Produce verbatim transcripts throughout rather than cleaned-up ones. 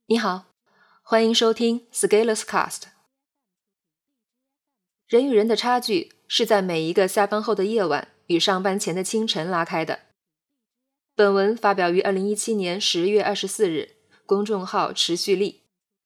你好，欢迎收听 Scaleless Cast。 人与人的差距是在每一个下班后的夜晚与上班前的清晨拉开的。本文发表于二零一七年十月二十四日，公众号持续力。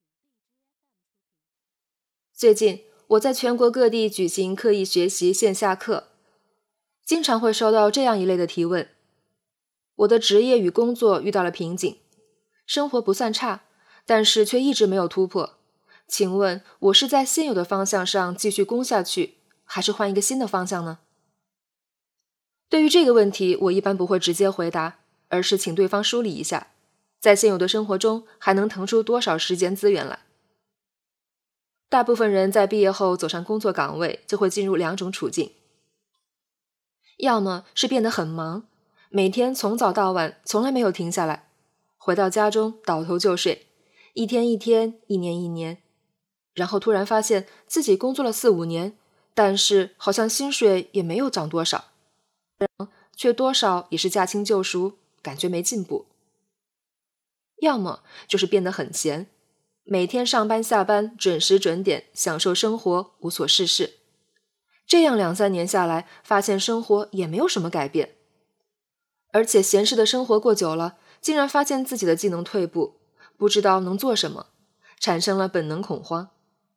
最近我在全国各地举行刻意学习线下课，经常会收到这样一类的提问：我的职业与工作遇到了瓶颈，生活不算差，但是却一直没有突破，请问我是在现有的方向上继续攻下去，还是换一个新的方向呢？对于这个问题，我一般不会直接回答，而是请对方梳理一下，在现有的生活中还能腾出多少时间资源来。大部分人在毕业后走上工作岗位，就会进入两种处境，要么是变得很忙，每天从早到晚从来没有停下来，回到家中倒头就睡，一天一天，一年一年，然后突然发现自己工作了四五年，但是好像薪水也没有涨多少，却多少也是驾轻就熟，感觉没进步。要么就是变得很闲，每天上班下班准时准点，享受生活，无所事事。这样两三年下来，发现生活也没有什么改变，而且闲适的生活过久了，竟然发现自己的技能退步，不知道能做什么，产生了本能恐慌。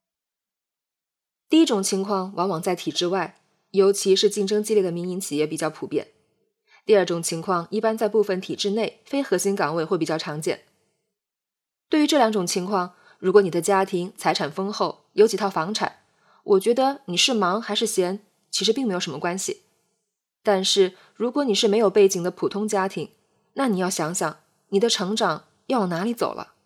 第一种情况往往在体制外，尤其是竞争激烈的民营企业比较普遍。第二种情况一般在部分体制内非核心岗位会比较常见。对于这两种情况，如果你的家庭财产丰厚，有几套房产，我觉得你是忙还是闲，其实并没有什么关系。但是如果你是没有背景的普通家庭，那你要想想你的成长要往哪里走了。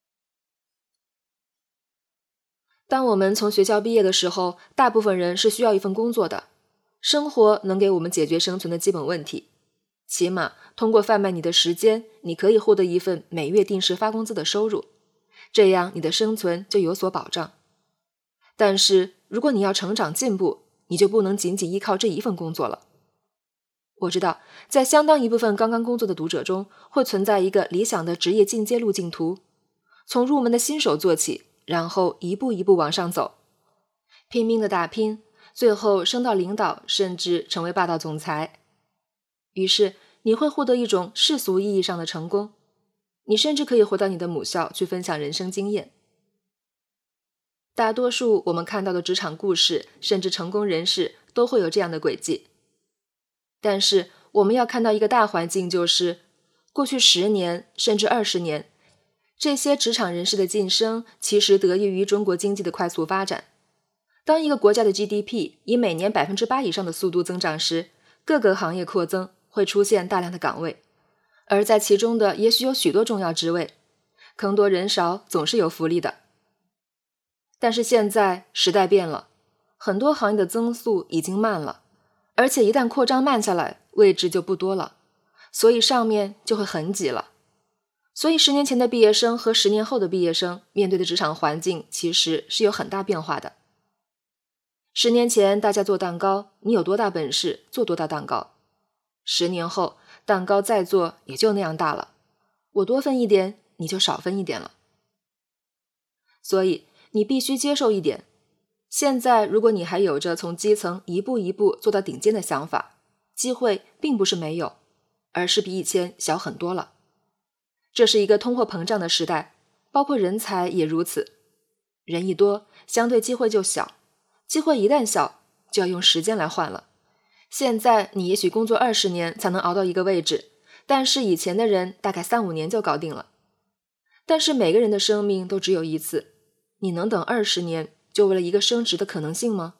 当我们从学校毕业的时候，大部分人是需要一份工作的，生活能给我们解决生存的基本问题，起码通过贩卖你的时间，你可以获得一份每月定时发工资的收入，这样你的生存就有所保障。但是如果你要成长进步，你就不能仅仅依靠这一份工作了。我知道在相当一部分刚刚工作的读者中，会存在一个理想的职业进阶路径图，从入门的新手做起，然后一步一步往上走，拼命的打拼，最后升到领导，甚至成为霸道总裁。于是你会获得一种世俗意义上的成功，你甚至可以回到你的母校去分享人生经验。大多数我们看到的职场故事，甚至成功人士都会有这样的轨迹。但是我们要看到一个大环境，就是过去十年甚至二十年，这些职场人士的晋升其实得益于中国经济的快速发展。当一个国家的 G D P 以每年 百分之八 以上的速度增长时，各个行业扩增，会出现大量的岗位，而在其中的也许有许多重要职位，坑多人少总是有福利的。但是现在时代变了，很多行业的增速已经慢了，而且一旦扩张慢下来，位置就不多了，所以上面就会很挤了。所以十年前的毕业生和十年后的毕业生面对的职场环境其实是有很大变化的。十年前大家做蛋糕，你有多大本事做多大蛋糕，十年后蛋糕再做也就那样大了，我多分一点你就少分一点了。所以你必须接受一点，现在如果你还有着从基层一步一步做到顶尖的想法，机会并不是没有，而是比以前小很多了。这是一个通货膨胀的时代，包括人才也如此。人一多，相对机会就小，机会一旦小，就要用时间来换了。现在你也许工作二十年才能熬到一个位置，但是以前的人大概三五年就搞定了。但是每个人的生命都只有一次，你能等二十年就为了一个升职的可能性吗？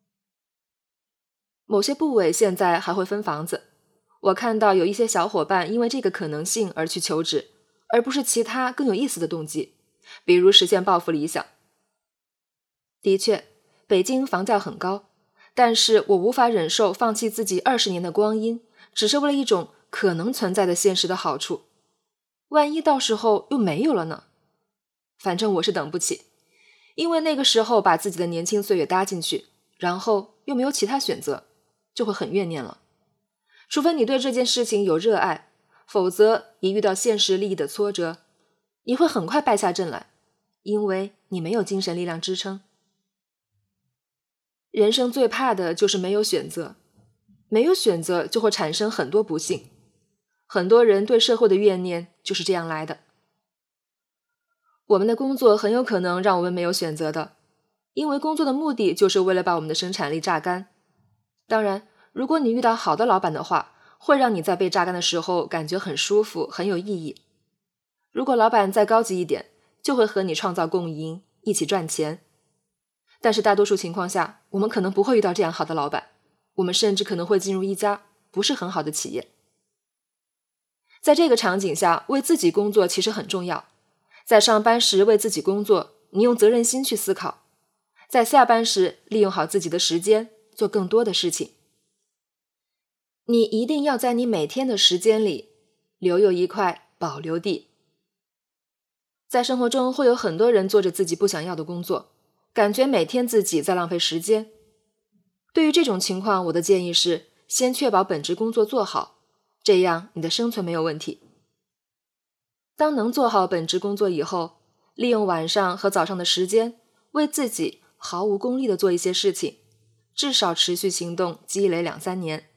某些部委现在还会分房子，我看到有一些小伙伴因为这个可能性而去求职，而不是其他更有意思的动机，比如实现抱负理想。的确，北京房价很高，但是我无法忍受放弃自己二十年的光阴，只是为了一种可能存在的现实的好处。万一到时候又没有了呢？反正我是等不起，因为那个时候把自己的年轻岁月搭进去，然后又没有其他选择，就会很怨念了。除非你对这件事情有热爱，否则一遇到现实利益的挫折， 你会很快败下阵来，因为你没有精神力量支撑。人生最怕的就是没有选择，没有选择就会产生很多不幸。很多人对社会的怨念就是这样来的。我们的工作很有可能让我们没有选择的，因为工作的目的就是为了把我们的生产力榨干。当然，如果你遇到好的老板的话，会让你在被榨干的时候感觉很舒服，很有意义。如果老板再高级一点，就会和你创造共赢，一起赚钱。但是大多数情况下，我们可能不会遇到这样好的老板，我们甚至可能会进入一家不是很好的企业。在这个场景下，为自己工作其实很重要。在上班时为自己工作，你用责任心去思考；在下班时利用好自己的时间，做更多的事情。你一定要在你每天的时间里留有一块保留地。在生活中会有很多人做着自己不想要的工作，感觉每天自己在浪费时间。对于这种情况，我的建议是先确保本职工作做好，这样你的生存没有问题。当能做好本职工作以后，利用晚上和早上的时间，为自己毫无功利的做一些事情，至少持续行动积累两三年。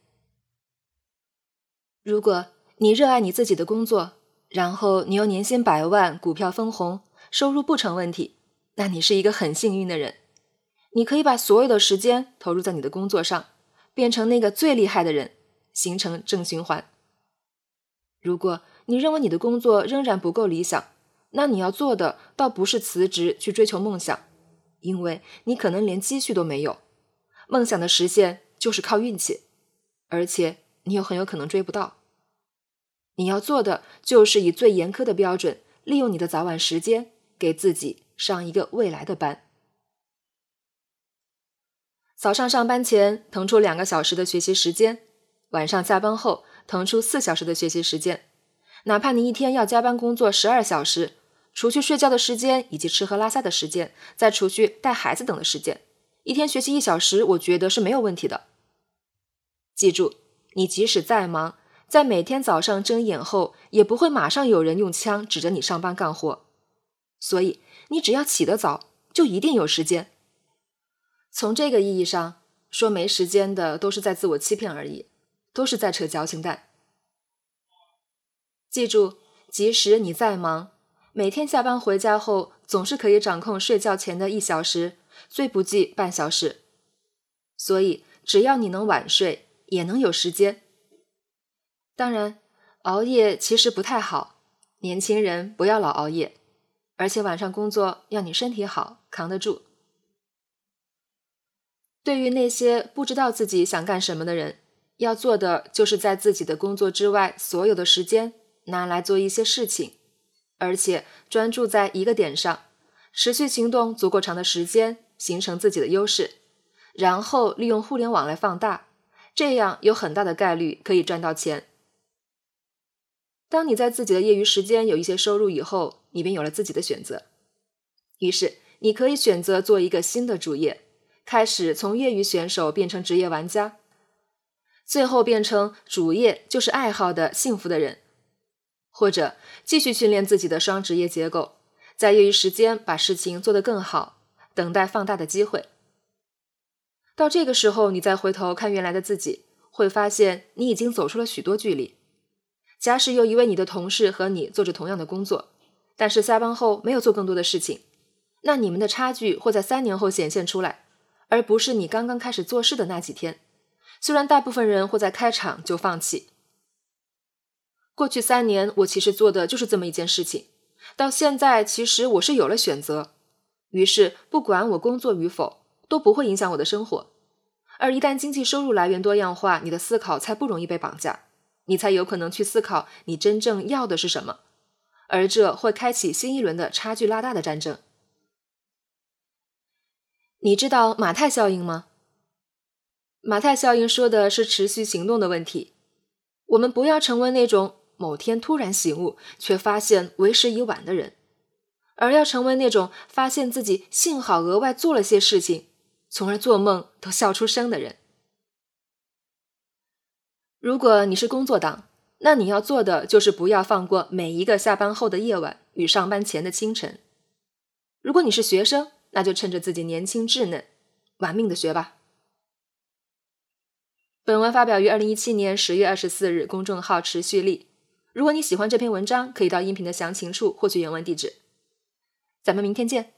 如果你热爱你自己的工作，然后你又年薪百万，股票分红，收入不成问题，那你是一个很幸运的人。你可以把所有的时间投入在你的工作上，变成那个最厉害的人，形成正循环。如果你认为你的工作仍然不够理想，那你要做的倒不是辞职去追求梦想，因为你可能连积蓄都没有，梦想的实现就是靠运气，而且你又很有可能追不到。你要做的就是以最严苛的标准，利用你的早晚时间，给自己上一个未来的班。早上上班前腾出两个小时的学习时间，晚上下班后腾出四小时的学习时间。哪怕你一天要加班工作十二小时，除去睡觉的时间以及吃喝拉撒的时间，再除去带孩子等的时间，一天学习一小时，我觉得是没有问题的。记住，你即使再忙，在每天早上睁眼后，也不会马上有人用枪指着你上班干活。所以，你只要起得早，就一定有时间。从这个意义上说，没时间的都是在自我欺骗而已，都是在扯矫情蛋。记住，即使你再忙，每天下班回家后，总是可以掌控睡觉前的一小时，最不济半小时。所以，只要你能晚睡，也能有时间。当然，熬夜其实不太好，年轻人不要老熬夜，而且晚上工作要你身体好，扛得住。对于那些不知道自己想干什么的人，要做的就是在自己的工作之外所有的时间拿来做一些事情，而且专注在一个点上，持续行动足够长的时间，形成自己的优势，然后利用互联网来放大，这样有很大的概率可以赚到钱。当你在自己的业余时间有一些收入以后，你便有了自己的选择。于是，你可以选择做一个新的主业，开始从业余选手变成职业玩家，最后变成主业就是爱好的幸福的人。或者继续训练自己的双职业结构，在业余时间把事情做得更好，等待放大的机会。到这个时候，你再回头看原来的自己，会发现你已经走出了许多距离。假使有一位你的同事和你做着同样的工作，但是下班后没有做更多的事情，那你们的差距会在三年后显现出来，而不是你刚刚开始做事的那几天。虽然大部分人会在开场就放弃。过去三年，我其实做的就是这么一件事情。到现在，其实我是有了选择，于是不管我工作与否，都不会影响我的生活。而一旦经济收入来源多样化，你的思考才不容易被绑架，你才有可能去思考你真正要的是什么，而这会开启新一轮的差距拉大的战争。你知道马太效应吗？马太效应说的是持续行动的问题。我们不要成为那种某天突然醒悟，却发现为时已晚的人，而要成为那种发现自己幸好额外做了些事情，从而做梦都笑出声的人。如果你是工作党，那你要做的就是不要放过每一个下班后的夜晚与上班前的清晨。如果你是学生，那就趁着自己年轻稚嫩，玩命的学吧。本文发表于二零一七年十月二十四日，公众号持续力。如果你喜欢这篇文章，可以到音频的详情处获取原文地址。咱们明天见。